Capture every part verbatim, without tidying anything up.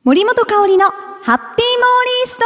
森本香里のハッピーモーリースト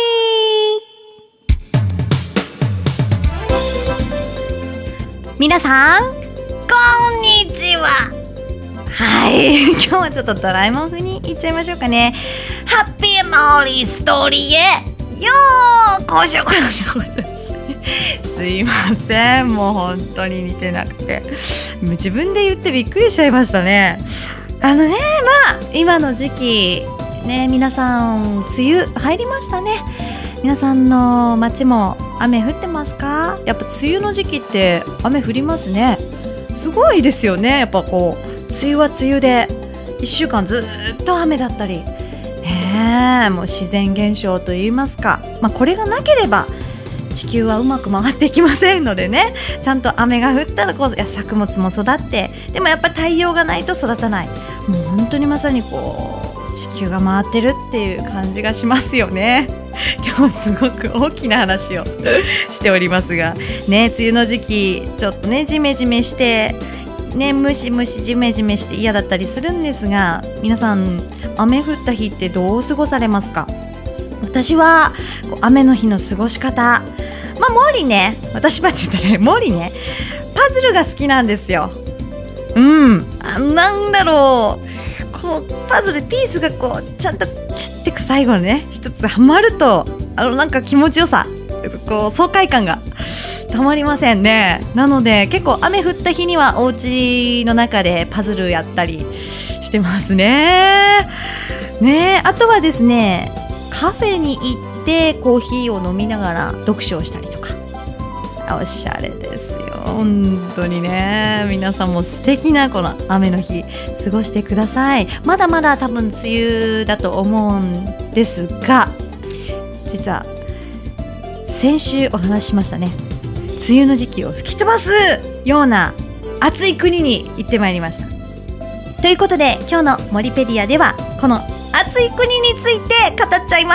ーリー。皆さんこんにちは。はい、今日はちょっとドラえもん風にいっちゃいましょうかね。ハッピーモーリーストーリーへよーこしょこしょこしょすいません、もう本当に似てなくて自分で言ってびっくりしちゃいましたね。あのね、まあ今の時期ね、皆さん梅雨入りましたね。皆さんの街も雨降ってますか？やっぱ梅雨の時期って雨降りますね。すごいですよね。やっぱこう梅雨は梅雨でいっしゅうかんずっと雨だったりねえ、もう自然現象といいますか、まあ、これがなければ地球はうまく回っていきませんのでね、ちゃんと雨が降ったらこう作物も育って、でもやっぱり太陽がないと育たない。もう本当にまさにこう地球が回ってるっていう感じがしますよね。今日すごく大きな話をしておりますがね、梅雨の時期ちょっとねジメジメしてね、ムシムシジメジメして嫌だったりするんですが、皆さん雨降った日ってどう過ごされますか？私は雨の日の過ごし方、まあモーリーね、私はって言ったらね、モーリーねパズルが好きなんですよ。うんあなんだろう、こうパズルピースがこうちゃんとキュッて最後ね一つはまると、あのなんか気持ちよさ、こう爽快感がたまりませんね。なので結構雨降った日にはお家の中でパズルやったりしてますね。ね、あとはですね、カフェに行ってコーヒーを飲みながら読書をしたりとか、おしゃれですよ本当にね。皆さんも素敵なこの雨の日過ごしてください。まだまだ多分梅雨だと思うんですが、実は先週お話ししましたね、梅雨の時期を吹き飛ばすような暑い国に行ってまいりました。ということで今日のモリペディアではこの暑い国について語っちゃいます。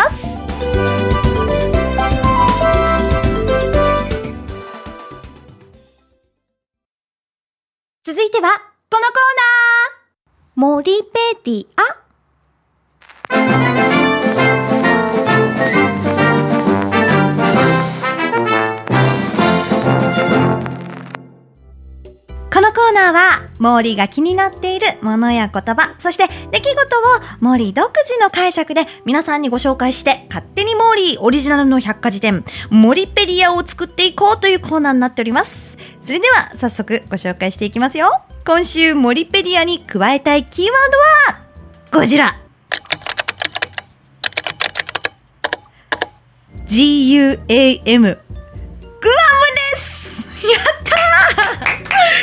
続いてはこのコーナー、モリペディア。このコーナーはモーリーが気になっているものや言葉、そして出来事をモーリー独自の解釈で皆さんにご紹介して、勝手にモーリーオリジナルの百科事典モリペディアを作っていこうというコーナーになっております。それでは早速ご紹介していきますよ。今週モリペディアに加えたいキーワードはこちら、 ジーユーエーエム グアムです。やったーいやー、モ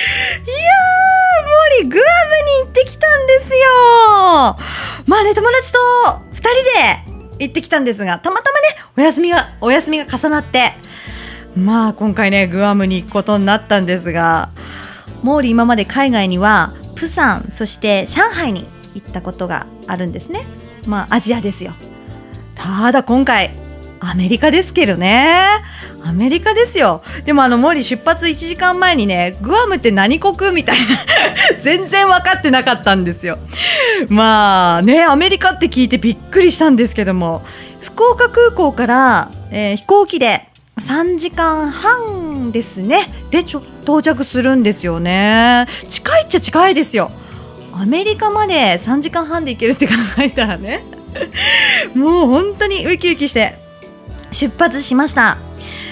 ーリーグアムに行ってきたんですよ。まあね、友達とふたりで行ってきたんですが、たまたまねお休みがお休みが重なって、まあ今回ねグアムに行くことになったんですが、モーリー今まで海外にはプサン、そして上海に行ったことがあるんですね。まあアジアですよ。ただ今回アメリカですけどね、アメリカですよ。でもあのモーリー出発いちじかんまえにね、グアムって何国みたいな全然分かってなかったんですよ。まあね、アメリカって聞いてびっくりしたんですけども、福岡空港から、えー、飛行機でさんじかんはんですねでちょ到着するんですよね。近いっちゃ近いですよ。アメリカまでさんじかんはんで行けるって考えたらねもう本当にウキウキして出発しました。は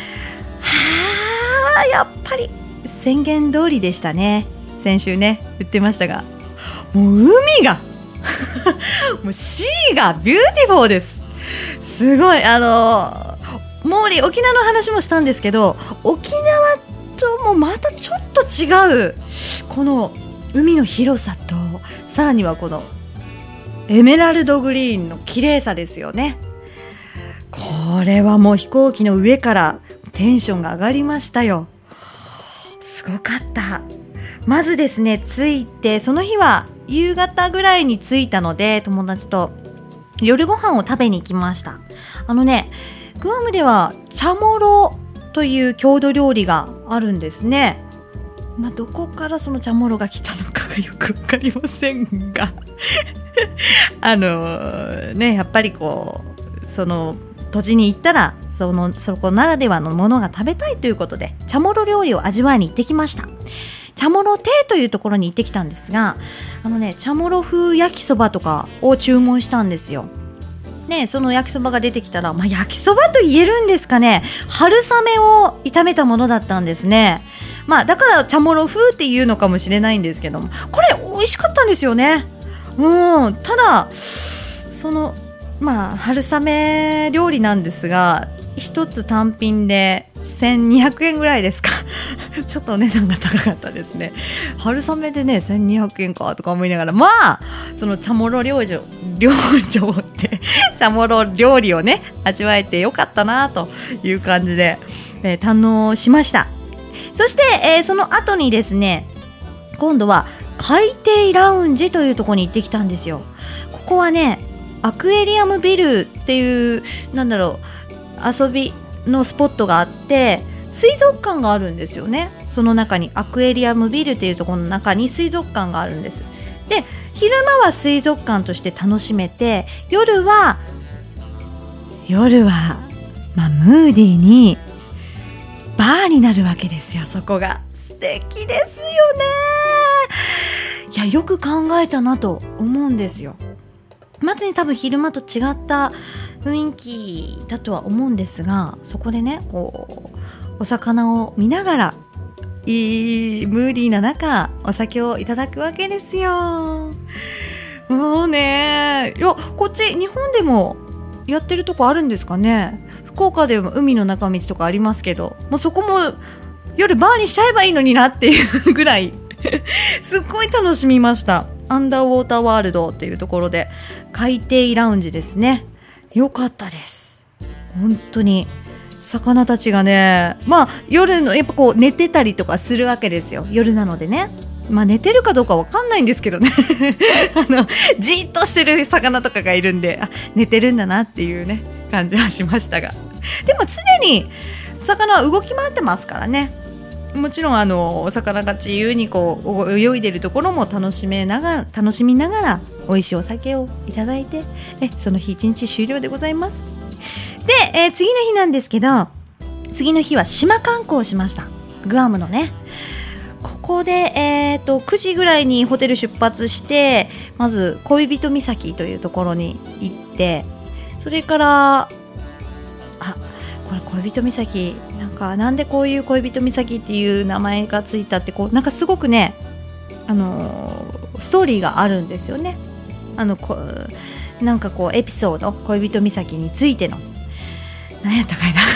あ、やっぱり宣言通りでしたね。先週ね言ってましたが、もう海がもうシーがビューティフォーです。すごい、あのーモーリー沖縄の話もしたんですけど、沖縄ともまたちょっと違うこの海の広さと、さらにはこのエメラルドグリーンの綺麗さですよね。これはもう飛行機の上からテンションが上がりましたよ。すごかった。まずですね、着いてその日は夕方ぐらいに着いたので、友達と夜ご飯を食べに行きました。あのね、グアムではチャモロという郷土料理があるんですね。まあ、どこからそのチャモロが来たのかがよくわかりませんがあのねやっぱりこうその土地に行ったらそのそこならではのものが食べたいということでチャモロ料理を味わいに行ってきました。チャモロ亭というところに行ってきたんですが、あのねチャモロ風焼きそばとかを注文したんですよ。ね、その焼きそばが出てきたら、まあ、焼きそばと言えるんですかね、春雨を炒めたものだったんですね。まあだからチャモロ風っていうのかもしれないんですけども、これ美味しかったんですよね。うん、ただそのまあ春雨料理なんですが、一つ単品でせんにひゃくえんぐらいですかちょっとお値段が高かったですね。春雨でねせんにひゃくえんかとか思いながら、まあそのチャモロ料理料理ってチャモロ料理をね味わえてよかったなという感じで、えー、堪能しました。そして、えー、その後にですね、今度は海底ラウンジというところに行ってきたんですよ。ここはねアクエリアムビルっていうなんだろう遊びのスポットがあって、水族館があるんですよね。その中にアクエリアムビルっていうところの中に水族館があるんです。で昼間は水族館として楽しめて、夜は夜は、まあ、ムーディーにバーになるわけですよ。そこが素敵ですよね。いやよく考えたなと思うんですよ。またね多分昼間と違った雰囲気だとは思うんですが、そこでねこうお魚を見ながらいいムーディーな中お酒をいただくわけですよ。もうね、いやこっち日本でもやってるとこあるんですかね。福岡でも海の中道とかありますけど、もうそこも夜バーにしちゃえばいいのになっていうぐらいすっごい楽しみました。アンダーウォーターワールドっていうところで海底ラウンジですね。よかったです。本当に魚たちがね、まあ夜のやっぱこう寝てたりとかするわけですよ。夜なのでね、まあ寝てるかどうかわかんないんですけどねあのじーっとしてる魚とかがいるんで、あ寝てるんだなっていうね感じはしましたが、でも常に魚は動き回ってますからね。もちろんあのお魚が自由にこう泳いでるところも楽しめながら楽しみながら美味しいお酒をいただいて、えその日一日終了でございます。で、えー、次の日なんですけど、次の日は島観光をしました。グアムのね、ここで、えー、とくじぐらいにホテル出発して、まず恋人岬というところに行って、それからあこれ恋人岬なんかなんでこういう恋人岬っていう名前がついたって、こうなんかすごくね、あのー、ストーリーがあるんですよね。あのこなんかこうエピソード、恋人岬についての何やったかいな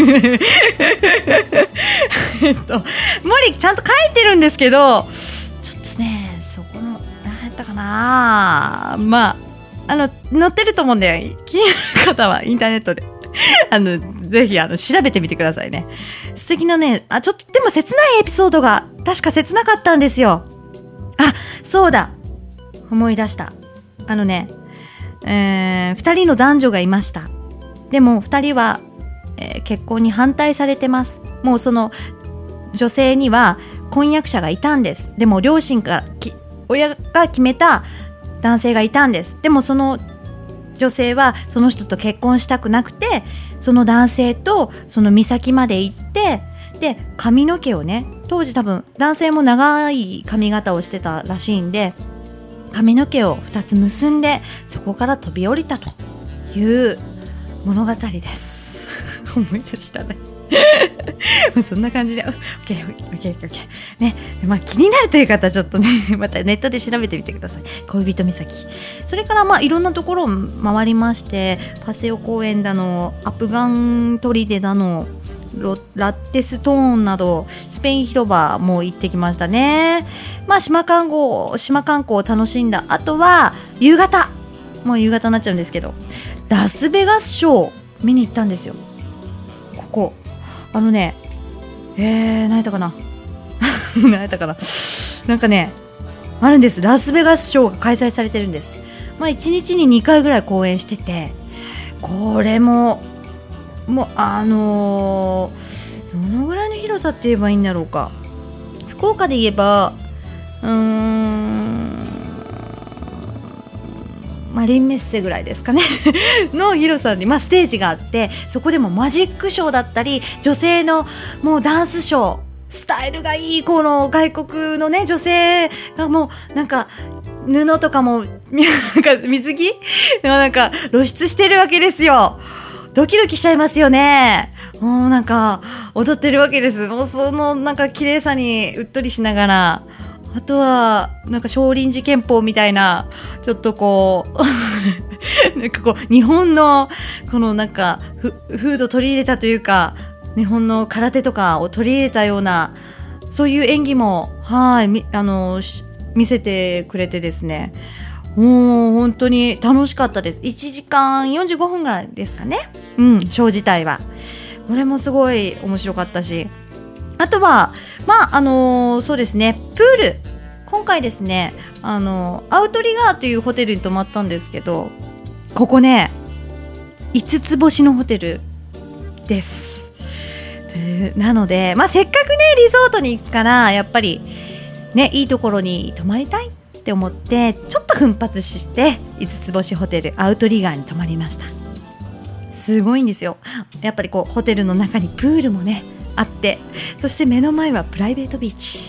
えっと森ちゃんと書いてるんですけど、ちょっとねそこの何やったかな、まああの載ってると思うんで、気になる方はインターネットであのぜひあの調べてみてくださいね。素敵なね、あちょっとでも切ないエピソードが確か切なかったんですよ。あそうだ思い出した。あのね、えー、ふたりの男女がいました。でもふたりは、えー、結婚に反対されてます。もうその女性には婚約者がいたんです。でも両親からき親が決めた男性がいたんです。でもその女性はその人と結婚したくなくて、その男性とその岬まで行って、で髪の毛をね、当時多分男性も長い髪型をしてたらしいんで、髪の毛をふたつ結んでそこから飛び降りたという物語です思い出したねそんな感じで OKOKOK ね、まあ、気になるという方はちょっとねまたネットで調べてみてください。恋人岬、それからまあいろんなところを回りまして、パセオ公園だの、アプガン砦だの、ラッテストーンなどスペイン広場も行ってきましたね。まあ島観光島観光を楽しんだ後は夕方、もう夕方になっちゃうんですけど、ラスベガスショー見に行ったんですよ。ここあのね、えー、何やったかな何やったかななんかねあるんです。ラスベガスショーが開催されてるんです。まあいちにちににかいぐらい公演してて、これももうあのー、どのぐらいの広さって言えばいいんだろうか。福岡で言えばうーんマリンメッセぐらいですかねの広さに、まあ、ステージがあって、そこでもマジックショーだったり女性のもうダンスショー、スタイルがいいこの外国のね女性がもうなんか布とかもなんか水着なんか露出してるわけですよ。ドキドキしちゃいますよね。もうなんか踊ってるわけです。もうそのなんか綺麗さにうっとりしながら、あとはなんか少林寺拳法みたいなちょっとこうなんかこう日本のこのなんかフード取り入れたというか、日本の空手とかを取り入れたようなそういう演技もはいあの見せてくれてですね、もう本当に楽しかったです。いちじかんよんじゅうごふんぐらいですかね、うん、ショー自体はこれもすごい面白かったし、あとはまああのー、そうですね、プール今回ですね、あのー、アウトリガーというホテルに泊まったんですけど、ここねいつつ星のホテルです。でなので、まあ、せっかくねリゾートに行くからやっぱりねいいところに泊まりたいって思ってちょっと奮発していつつ星ホテルアウトリガーに泊まりました。すごいんですよ。やっぱりこうホテルの中にプールもねあって、そして目の前はプライベートビーチ、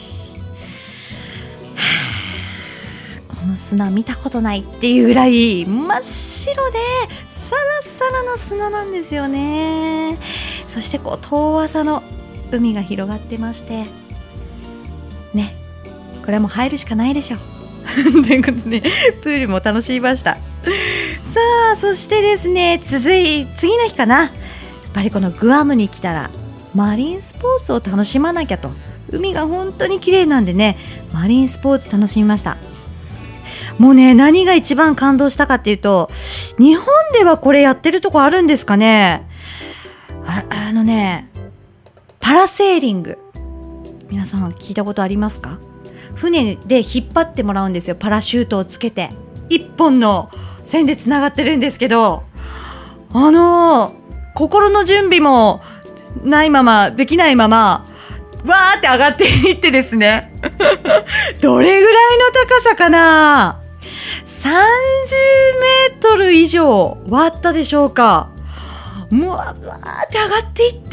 この砂見たことないっていうぐらい真っ白でサラサラの砂なんですよね。そしてこう遠浅の海が広がってましてね、これはもう入るしかないでしょということでプールも楽しみました。さあそしてですね、続い次の日かな、やっぱりこのグアムに来たらマリンスポーツを楽しまなきゃと、海が本当に綺麗なんでねマリンスポーツ楽しみました。もうね何が一番感動したかっていうと、日本ではこれやってるとこあるんですかね。 あ, あのねパラセーリング、皆さん聞いたことありますか？船で引っ張ってもらうんですよ。パラシュートをつけて一本の線でつながってるんですけど、あのー、心の準備もないままできないままわーって上がっていってですねどれぐらいの高さかな、さんじゅうメートル以上はあったでしょうか。もうわーって上がっていって、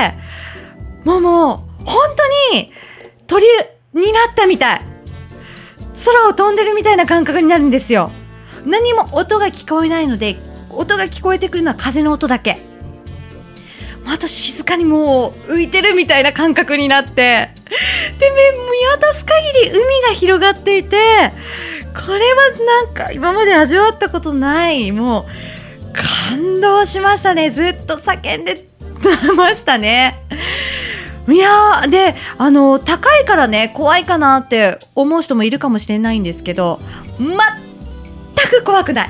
もうもう本当に鳥になったみたい、空を飛んでるみたいな感覚になるんですよ。何も音が聞こえないので、音が聞こえてくるのは風の音だけ、あと静かにもう浮いてるみたいな感覚になって、で見渡す限り海が広がっていて、これはなんか今まで味わったことない、もう感動しましたね。ずっと叫んでましたね。いやーであの高いからね怖いかなって思う人もいるかもしれないんですけど、全く怖くない。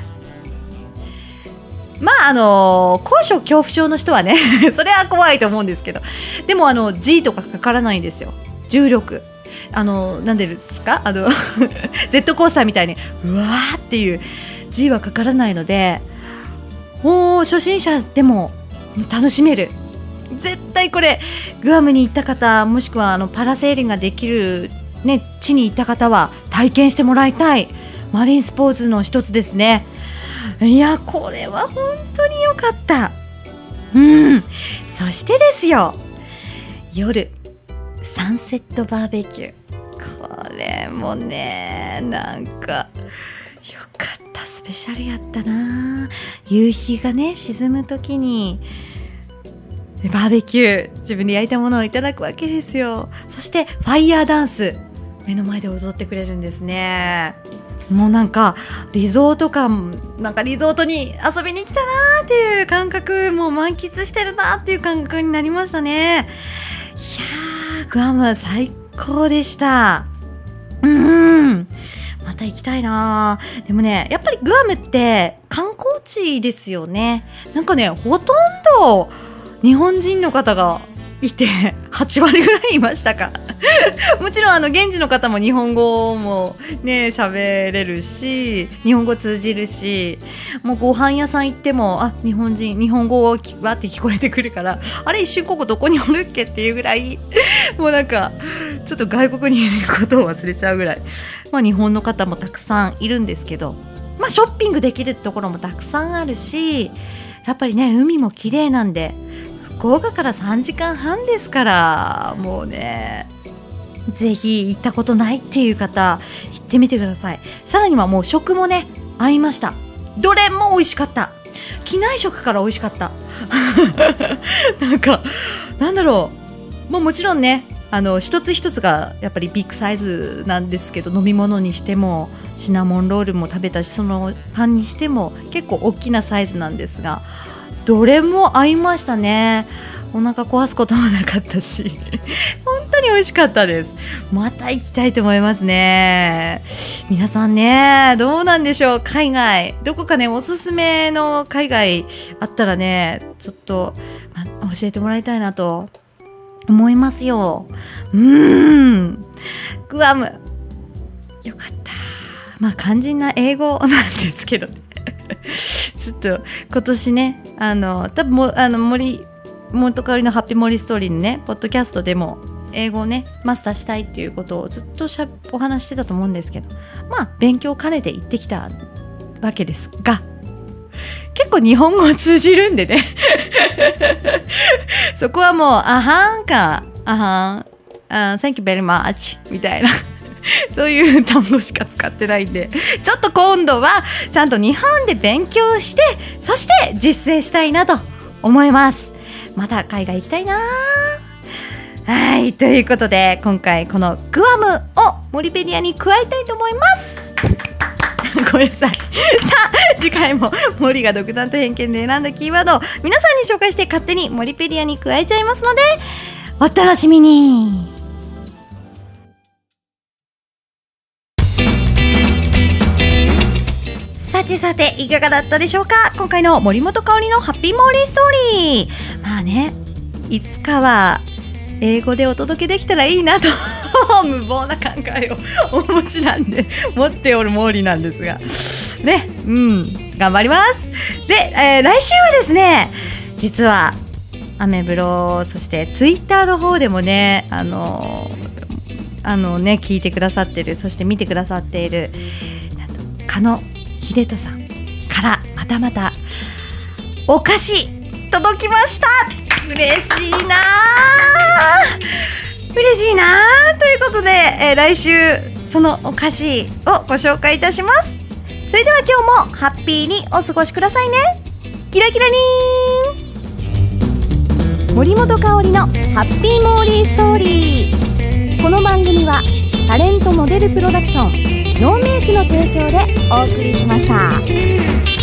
まああの高所恐怖症の人はねそれは怖いと思うんですけど、でもあの G とかかからないんですよ。重力あのなんでですか、あのジェットコースターみたいにうわーっていう G はかからないので、もう初心者でも楽しめる。絶対これグアムに行った方、もしくはあのパラセーリングができる、ね、地に行った方は体験してもらいたいマリンスポーツの一つですね。いやこれは本当に良かった。うんそしてですよ、夜サンセットバーベキュー、これもねなんかよかった、スペシャルやったな。夕日がね沈む時にバーベキュー、自分で焼いたものをいただくわけですよ。そしてファイヤーダンス、目の前で踊ってくれるんですね。もうなんかリゾート感、なんかリゾートに遊びに来たなーっていう感覚、もう満喫してるなーっていう感覚になりましたね。いやーグアム最高でした。うーんまた行きたいな。でもねやっぱりグアムって観光地ですよね。なんかねほとんど日本人の方がいてはちわりぐらいいましたかもちろんあの現地の方も日本語もね喋れるし、日本語通じるし、もうご飯屋さん行ってもあ日本人日本語わって聞こえてくるから、あれ一瞬ここどこにおるっけっていうぐらいもうなんかちょっと外国にいることを忘れちゃうぐらい、まあ、日本の方もたくさんいるんですけど、 まあ、ショッピングできるところもたくさんあるし、やっぱりね海も綺麗なんで、福岡からさんじかんはんですから、もうねぜひ行ったことないっていう方行ってみてください。さらにはもう食もね合いました。どれも美味しかった。機内食から美味しかったなんかなんだろう、もうもちろんねあの一つ一つがやっぱりビッグサイズなんですけど、飲み物にしてもシナモンロールも食べたし、そのパンにしても結構大きなサイズなんですが、どれも合いましたね。お腹壊すこともなかったし本当に美味しかったです。また行きたいと思いますね。皆さんねどうなんでしょう。海外どこかねおすすめの海外あったらねちょっと、ま、教えてもらいたいなと思いますよ。うーんグアムよかった。まあ肝心な英語なんですけどねちょっと今年ねあの多分もあの森元香りのハッピーモリーストーリーのねポッドキャストでも英語をねマスターしたいっていうことをずっとしゃお話してたと思うんですけど、まあ勉強を兼ねて行ってきたわけですが、結構日本語通じるんでねそこはもうあはんかあはんあ Thank you very much みたいなそういう単語しか使ってないんで、ちょっと今度はちゃんと日本で勉強して、そして実践したいなと思います。また海外行きたいな。はい、ということで今回このグアムをモリペディアに加えたいと思いますごめんなさい。さあ次回もモリが独断と偏見で選んだキーワードを皆さんに紹介して勝手にモリペディアに加えちゃいますので、お楽しみに。さてさていかがだったでしょうか。今回の森本香里のハッピーモーリーストーリー、まあねいつかは英語でお届けできたらいいなと無謀な考えをお持ちなんで持っておるモーリーなんですがね、うん頑張ります。で、えー、来週はですね、実はアメブロそしてツイッターの方でもねあのー、あのね聞いてくださってる、そして見てくださっている加野秀人さんからまたまたお菓子届きました。嬉しいな嬉しいなということで、えー、来週そのお菓子をご紹介いたします。それでは今日もハッピーにお過ごしくださいね。キラキラリーン森本香里のハッピーモーリーストーリー。この番組はタレントモデルプロダクションノーメイクの提供でお送りしました。